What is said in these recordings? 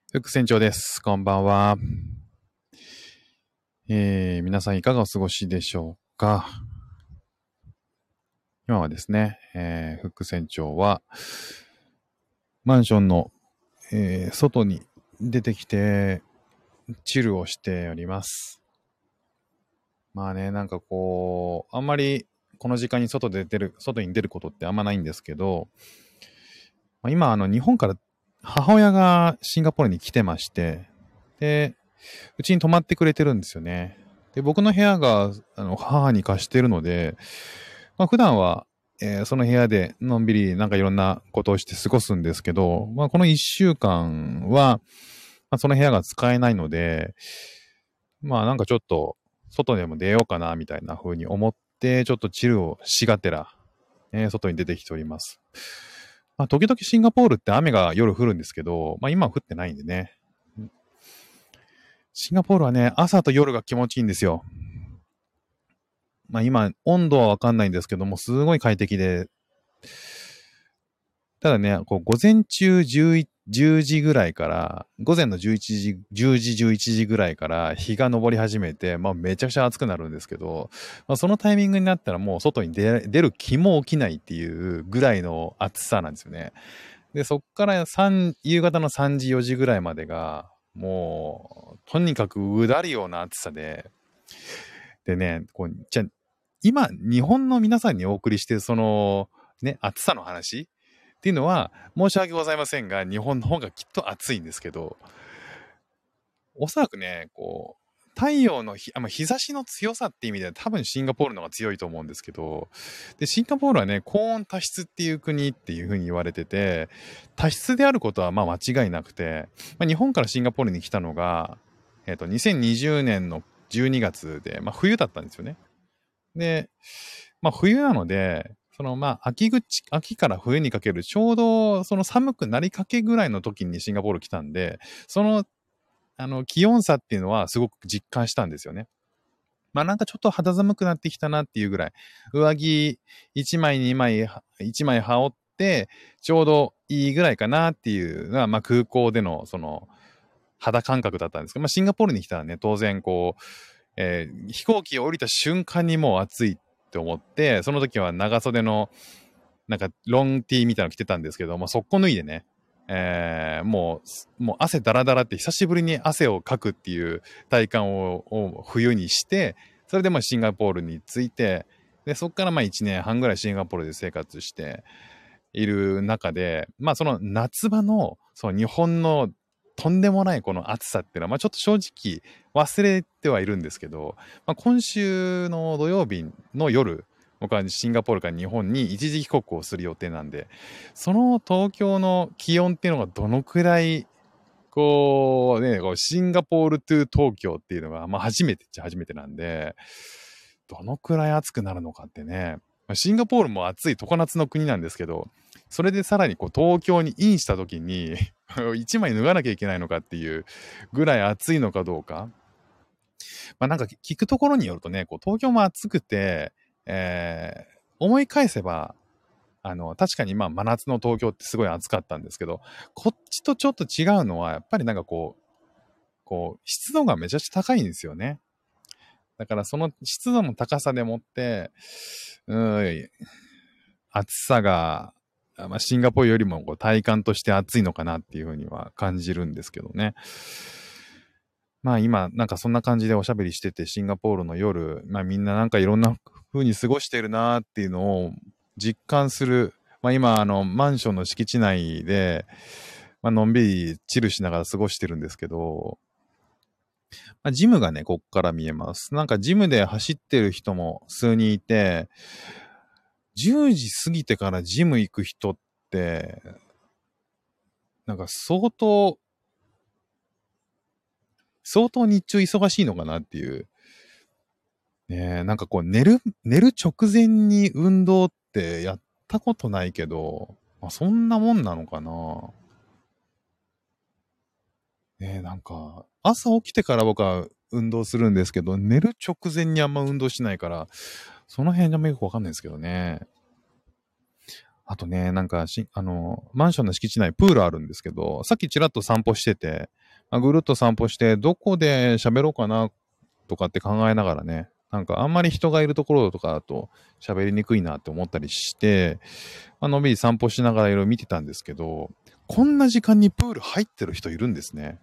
副船長です。こんばんは。皆さんいかがお過ごしでしょうか。今はですね、副船長はマンションの、外に出てきてチルをしております。まあね、なんかこう、あんまりこの時間に外に出ることってあんまないんですけど、今日本から母親がシンガポールに来てまして、で、うちに泊まってくれてるんですよね。で、僕の部屋が母に貸してるので、普段は、その部屋でのんびりなんかいろんなことをして過ごすんですけど、この一週間は、その部屋が使えないので、なんかちょっと外でも出ようかなみたいな風に思って、ちょっとチルをしがてら、外に出てきております。時々シンガポールって雨が夜降るんですけど、今は降ってないんでね。シンガポールはね、朝と夜が気持ちいいんですよ。今、温度はわかんないんですけども、すごい快適で、ただね、こう、午前中10時ぐらいから、午前の11時、10時、11時ぐらいから日が昇り始めて、めちゃくちゃ暑くなるんですけど、そのタイミングになったらもう外に出る気も起きないっていうぐらいの暑さなんですよね。で、そっから夕方の3時、4時ぐらいまでが、もう、とにかくうだるような暑さで、でね、じゃあ今、日本の皆さんにお送りしているその、ね、暑さの話っていうのは、申し訳ございませんが、日本の方がきっと暑いんですけど、おそらくね、こう、太陽の日差しの強さっていう意味では多分シンガポールの方が強いと思うんですけど、で、シンガポールはね、高温多湿っていう国っていう風に言われてて、多湿であることは間違いなくて、日本からシンガポールに来たのが、2020年の12月で、冬だったんですよね。で、冬なので、秋から冬にかけるちょうどその寒くなりかけぐらいの時にシンガポール来たんで、その、気温差っていうのはすごく実感したんですよね。なんかちょっと肌寒くなってきたなっていうぐらい、上着1枚2枚、1枚羽織って、ちょうどいいぐらいかなっていうのが、空港でのその肌感覚だったんですけど、シンガポールに来たらね、当然こう、飛行機を降りた瞬間にもう暑いって思って、その時は長袖のなんかロンティーみたいなの着てたんですけど、速攻脱いでね、もう汗だらだらって久しぶりに汗をかくっていう体感を冬にして、それでシンガポールに着いて、で、そこから1年半ぐらいシンガポールで生活している中で、その夏場の、その日本のとんでもないこの暑さっていうのは、ちょっと正直忘れてはいるんですけど、今週の土曜日の夜、僕はシンガポールから日本に一時帰国をする予定なんで、その東京の気温っていうのがどのくらい、こうシンガポールトゥ東京っていうのが、初めてっちゃ初めてなんで、どのくらい暑くなるのかってね、シンガポールも暑い常夏の国なんですけど、それでさらにこう東京にインした時に一枚脱がなきゃいけないのかっていうぐらい暑いのかどうか。なんか聞くところによるとね、こう東京も暑くて、思い返せば、確かに真夏の東京ってすごい暑かったんですけど、こっちとちょっと違うのは、やっぱりなんか湿度がめちゃくちゃ高いんですよね。だからその湿度の高さでもって、暑さが、シンガポールよりも体感として暑いのかなっていうふうには感じるんですけどね。今、なんかそんな感じでおしゃべりしてて、シンガポールの夜、みんななんかいろんな風に過ごしてるなーっていうのを実感する。今、マンションの敷地内で、のんびりチルしながら過ごしてるんですけど、ジムがね、こっから見えます。なんかジムで走ってる人も数人いて、10時過ぎてからジム行く人って、なんか相当日中忙しいのかなっていう。ねえ、なんかこう寝る直前に運動ってやったことないけど、そんなもんなのかな。ねえ、なんか、朝起きてから僕は運動するんですけど、寝る直前にあんま運動しないから、その辺あんまよくわかんないですけどね。あとね、なんかマンションの敷地内プールあるんですけど、さっきちらっと散歩してて、 ぐるっと散歩して、どこで喋ろうかなとかって考えながらね、なんかあんまり人がいるところとかだと喋りにくいなって思ったりして、のんびり散歩しながらいろいろ見てたんですけど、こんな時間にプール入ってる人いるんですね。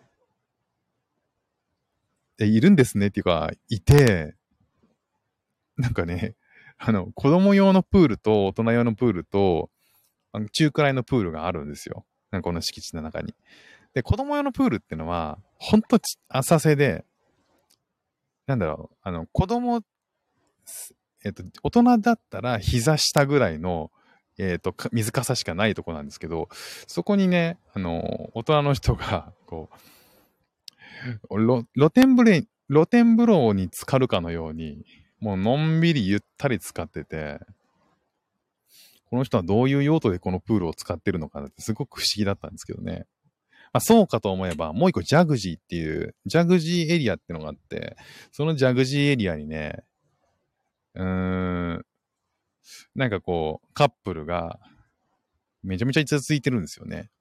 いるんですねっていうか、いて、なんかね、子供用のプールと大人用のプールと、中くらいのプールがあるんですよ。なんかこの敷地の中に。で、子供用のプールってのは、ほんと浅瀬で、なんだろう、子供、大人だったら膝下ぐらいの、水かさしかないとこなんですけど、そこにね、大人の人が、こう、露天風呂に浸かるかのように、もうのんびりゆったり使ってて、この人はどういう用途でこのプールを使ってるのかなってすごく不思議だったんですけどね。そうかと思えば、もう一個ジャグジーっていう、ジャグジーエリアってのがあって、そのジャグジーエリアにね、うーん、なんかこう、カップルがめちゃめちゃいつついてるんですよね。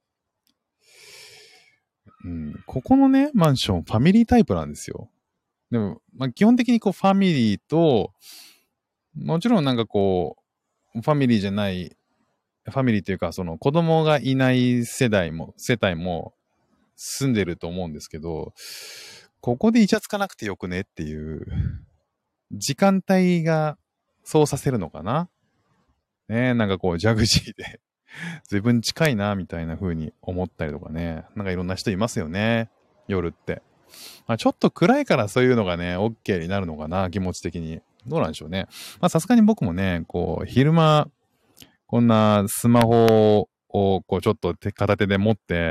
うん、ここのね、マンション、ファミリータイプなんですよ。でも、基本的にこう、ファミリーと、もちろんなんかこう、ファミリーじゃない、ファミリーというか、その子供がいない世帯も住んでると思うんですけど、ここでイチャつかなくてよくねっていう時間帯がそうさせるのかな。ねえ、なんかこう、ジャグジーで自分近いな、みたいな風に思ったりとかね。なんかいろんな人いますよね。夜って。ちょっと暗いからそういうのがね、OK になるのかな、気持ち的に。どうなんでしょうね。さすがに僕もね、こう、昼間、こんなスマホをこうちょっと片手で持って、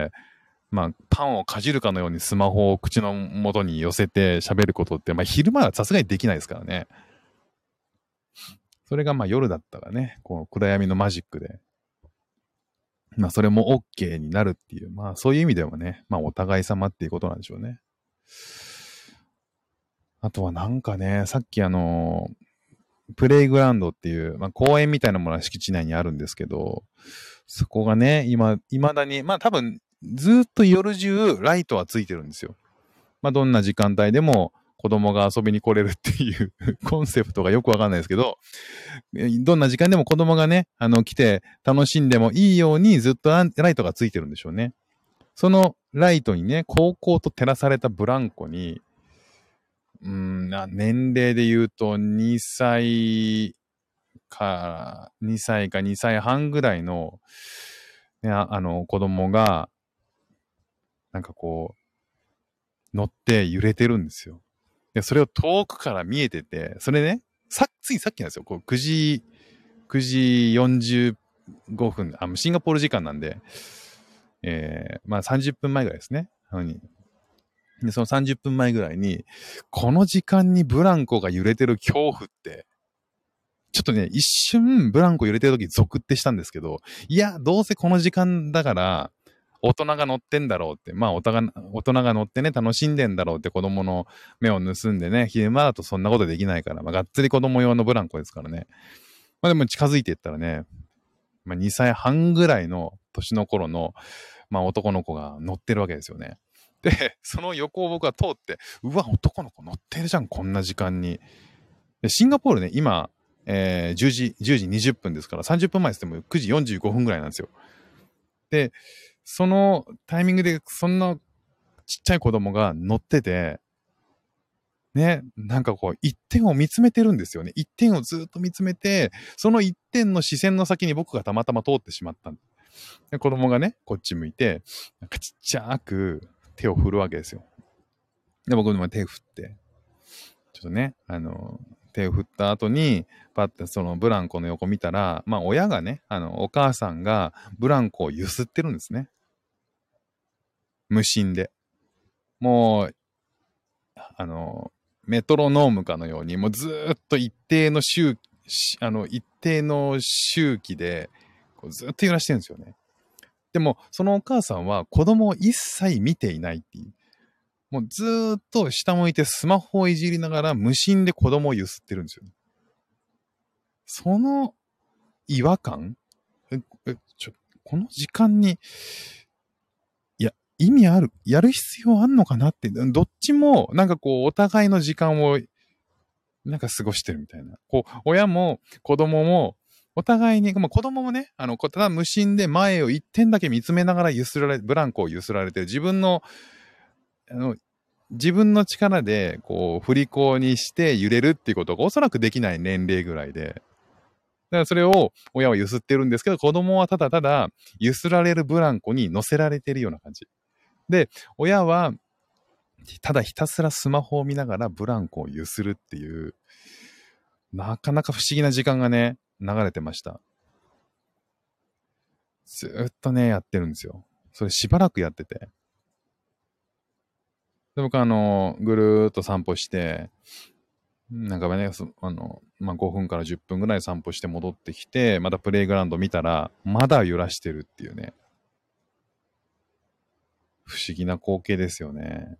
パンをかじるかのようにスマホを口の元に寄せて喋ることって、昼間はさすがにできないですからね。それが夜だったらね、こう暗闇のマジックで、それも OK になるっていう、そういう意味ではね、お互い様っていうことなんでしょうね。あとはなんかね、さっきプレイグラウンドっていう、公園みたいなものは敷地内にあるんですけど、そこがね、未だに、多分、ずっと夜中ライトはついてるんですよ。どんな時間帯でも子供が遊びに来れるっていうコンセプトがよくわかんないですけど、どんな時間でも子供がね、来て楽しんでもいいようにずっとライトがついてるんでしょうね。そのライトにね、高校と照らされたブランコに、年齢で言うと2歳か2歳半ぐらいの、ね、子供が、なんかこう、乗って揺れてるんですよ。で、それを遠くから見えてて、それね、ついさっきなんですよ。こう9時45分、シンガポール時間なんで、30分前ぐらいですね。で、その30分前ぐらいに、この時間にブランコが揺れてる恐怖って、ちょっとね、一瞬ブランコ揺れてる時ゾクってしたんですけど、いや、どうせこの時間だから、大人が乗ってんだろうって、大人が乗ってね、楽しんでんだろうって子供の目を盗んでね、昼間だとそんなことできないから、がっつり子供用のブランコですからね。でも近づいていったらね、2歳半ぐらいの年の頃の、男の子が乗ってるわけですよね。で、その横を僕は通って、うわ、男の子乗ってるじゃん、こんな時間に。でシンガポールね、今、10時20分ですから、30分前ですでも9時45分ぐらいなんですよ。で、そのタイミングで、そんなちっちゃい子供が乗ってて、ね、なんかこう、一点を見つめてるんですよね。一点をずっと見つめて、その一点の視線の先に僕がたまたま通ってしまったで。子供がね、こっち向いて、なんかちっちゃく手を振るわけですよ。で、僕も手振って、ちょっとね、手を振った後に、パッてそのブランコの横見たら、親がね、お母さんがブランコを揺すってるんですね。無心で。もう、メトロノームかのように、もうずーっと一定の周期で、こうずっと揺らしてるんですよね。でも、そのお母さんは子供を一切見ていないっていう。もうずーっと下向いてスマホをいじりながら無心で子供を揺すってるんですよね。その違和感この時間に、いや、 意味ある、やる必要あんのかなって、どっちも、なんかこう、お互いの時間を、なんか過ごしてるみたいな。こう、親も子供も、お互いに、まあ、子供もね、ただ無心で前を一点だけ見つめながらブランコを揺すられて、あの、自分の力で、こう、振り子にして揺れるっていうことがおそらくできない年齢ぐらいで、だからそれを親は揺すってるんですけど、子供はただただ揺すられるブランコに乗せられてるような感じ。で、親はただひたすらスマホを見ながらブランコを揺するっていう、なかなか不思議な時間がね、流れてました。ずーっとね、やってるんですよ。それしばらくやってて。で、僕ぐるーっと散歩して、なんかね、まあ、5分から10分ぐらい散歩して戻ってきて、またプレイグラウンド見たら、まだ揺らしてるっていうね。不思議な光景ですよね。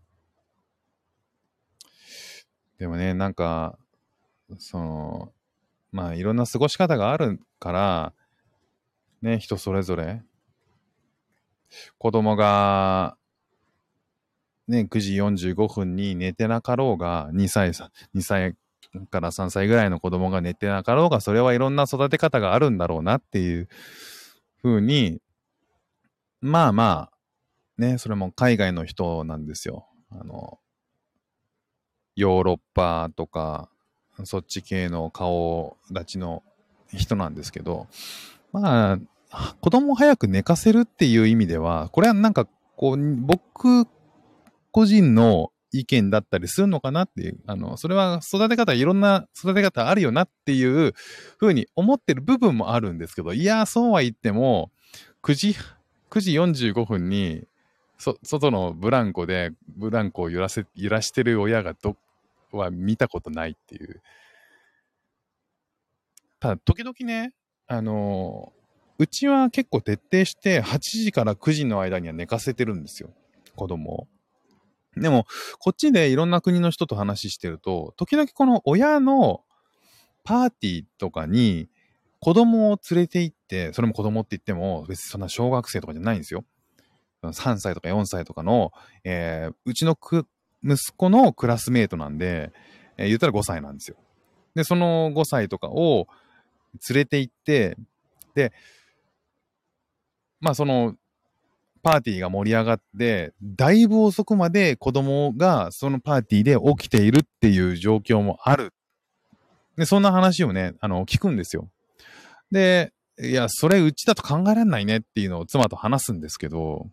でもね、なんか、その、まあ、いろんな過ごし方があるから、ね、人それぞれ、子供が、ね、9時45分に寝てなかろうが、2歳から3歳ぐらいの子供が寝てなかろうが、それはいろんな育て方があるんだろうなっていう風に、まあまあ、ね、それも海外の人なんですよ。ヨーロッパとか、そっち系の顔立ちの人なんですけど、まあ、子供を早く寝かせるっていう意味では、これはなんか、こう、僕個人の意見だったりするのかなっていう、それは育て方、いろんな育て方あるよなっていうふうに思ってる部分もあるんですけど、いや、そうは言っても、9時、9時45分に、外のブランコで、ブランコを揺らしてる親がは見たことないっていう。ただ、時々ね、うちは結構徹底して8時から9時の間には寝かせてるんですよ。子供を。でも、こっちでいろんな国の人と話してると、時々この親のパーティーとかに子供を連れて行って、それも子供って言っても別にそんな小学生とかじゃないんですよ。3歳とか4歳とかの、うちの息子のクラスメートなんで、言ったら5歳なんですよ。で、その5歳とかを連れて行って、で、まあそのパーティーが盛り上がって、だいぶ遅くまで子供がそのパーティーで起きているっていう状況もある。で、そんな話をね、聞くんですよ。で、いや、それうちだと考えられないねっていうのを妻と話すんですけど、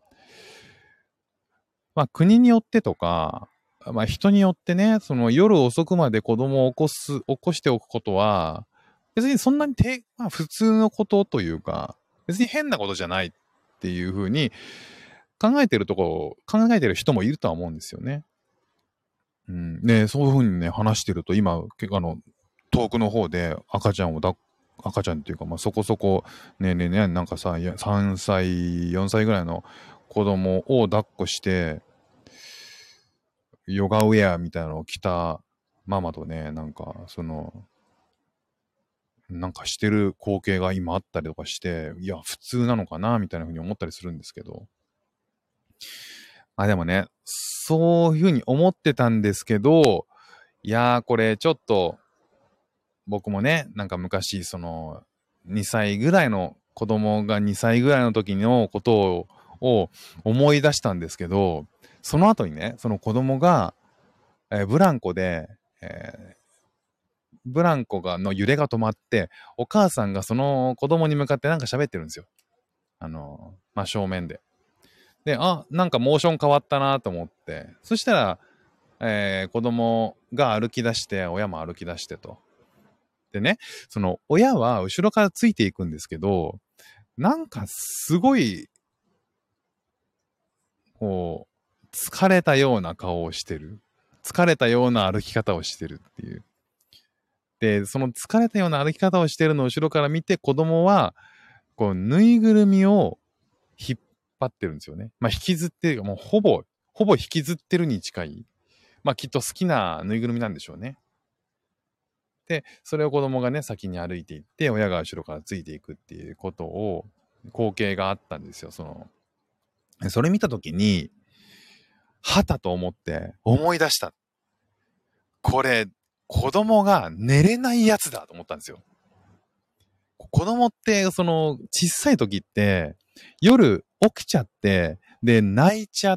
まあ国によってとか、まあ人によってね、その夜遅くまで子供を起こしておくことは、別にそんなにまあ普通のことというか、別に変なことじゃないっていうふうに考えてる人もいるとは思うんですよね。うん。ね、そういうふうにね、話してると、今、結構遠くの方で赤ちゃんっていうか、まあ、そこそこ、ね、なんかさ、いや3歳、4歳ぐらいの子供を抱っこして、ヨガウェアみたいなのを着たママとね、なんかしてる光景が今あったりとかして、いや、普通なのかな、みたいなふうに思ったりするんですけど。まあでもね、そういうふうに思ってたんですけど、いやー、これちょっと、僕もね、なんか昔、2歳ぐらいの子供が2歳ぐらいの時のことを思い出したんですけど、その後にね、その子供が、ブランコで、えブランコの揺れが止まって、お母さんがその子供に向かってなんか喋ってるんですよ。真正面で。で、なんかモーション変わったなと思って、そしたら、子供が歩き出して、親も歩き出してと。でね、その親は後ろからついていくんですけど、なんかすごい、こ疲れたような顔をしてる。疲れたような歩き方をしてるっていう。で、その疲れたような歩き方をしてるのを後ろから見て、子供は、こう、ぬいぐるみを引っ張ってるんですよね。まあ、引きずってる、もうほぼ引きずってるに近い。まあ、きっと好きなぬいぐるみなんでしょうね。で、それを子供がね、先に歩いていって、親が後ろからついていくっていうことを、光景があったんですよ。 それ見たときに、はたと思って思い出した。これ、子供が寝れないやつだと思ったんですよ。子供って、小さい時って、夜起きちゃって、で、泣いちゃって、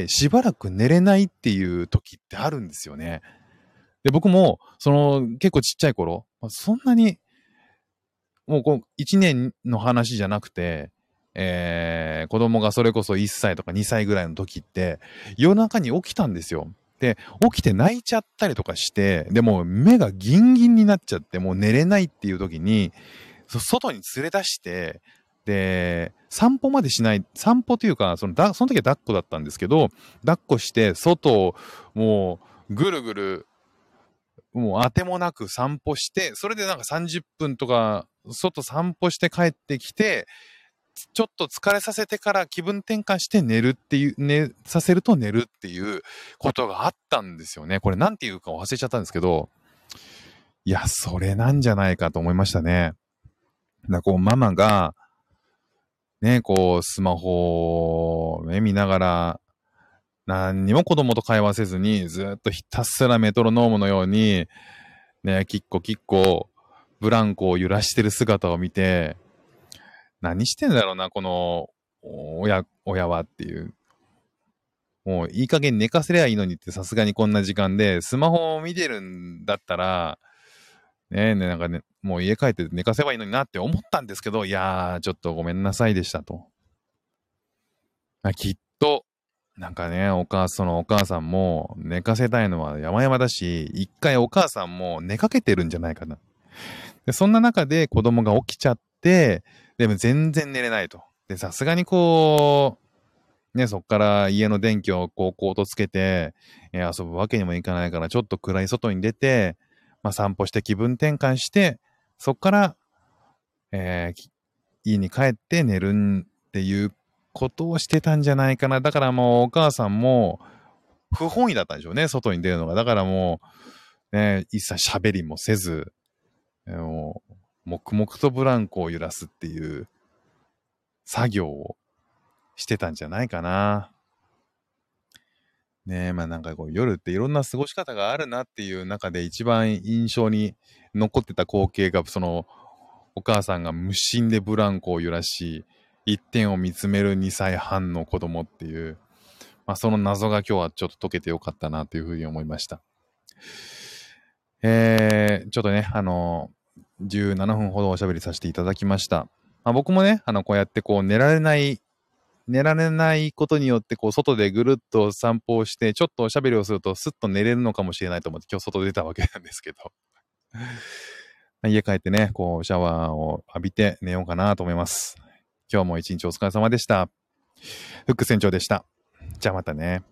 しばらく寝れないっていう時ってあるんですよね。で、僕も、結構ちっちゃい頃、そんなに、もう1年の話じゃなくて、子供がそれこそ1歳とか2歳ぐらいの時って、夜中に起きたんですよ。で、起きて泣いちゃったりとかして、で、もう目がギンギンになっちゃって、もう寝れないっていう時に、外に連れ出して、で、散歩までしない、散歩というか、その時は抱っこだったんですけど、抱っこして、外をもう、ぐるぐる、もう当てもなく散歩して、それでなんか30分とか、外散歩して帰ってきて、ちょっと疲れさせてから気分転換して寝るっていう、させると寝るっていうことがあったんですよね。これなんていうか忘れちゃったんですけど、いや、それなんじゃないかと思いましたね。ママが、ね、スマホを、ね、見ながら、何にも子供と会話せずに、ずっとひたすらメトロノームのように、ね、キッコキッコ、ブランコを揺らしてる姿を見て、何してんだろうな、この、親はっていう。もういい加減寝かせりゃいいのにってさすがにこんな時間で、スマホを見てるんだったら、なんかね、もう家帰って寝かせばいいのになって思ったんですけど、いやー、ちょっとごめんなさいでしたと。きっと、なんかね、お母さんも寝かせたいのは山々だし、一回お母さんも寝かけてるんじゃないかな。で、そんな中で子供が起きちゃって、でも全然寝れないと。で、さすがにね、そっから家の電気をコートつけて、遊ぶわけにもいかないから、ちょっと暗い外に出て、散歩して気分転換して、そっから、家に帰って寝るっていうことをしてたんじゃないかな。だからもうお母さんも不本意だったんでしょうね、外に出るのが。だからもう、ね、一切喋りもせず、もう、黙々とブランコを揺らすっていう作業をしてたんじゃないかな。ねえ、なんか夜っていろんな過ごし方があるなっていう中で一番印象に残ってた光景が、お母さんが無心でブランコを揺らし、一点を見つめる2歳半の子供っていう、その謎が今日はちょっと解けてよかったなというふうに思いました。ちょっとね、17分ほどおしゃべりさせていただきました。僕もね、こうやって寝られないことによって、外でぐるっと散歩をして、ちょっとおしゃべりをすると、スッと寝れるのかもしれないと思って、今日外出たわけなんですけど。家帰ってね、シャワーを浴びて寝ようかなと思います。今日も一日お疲れ様でした。フック船長でした。じゃあまたね。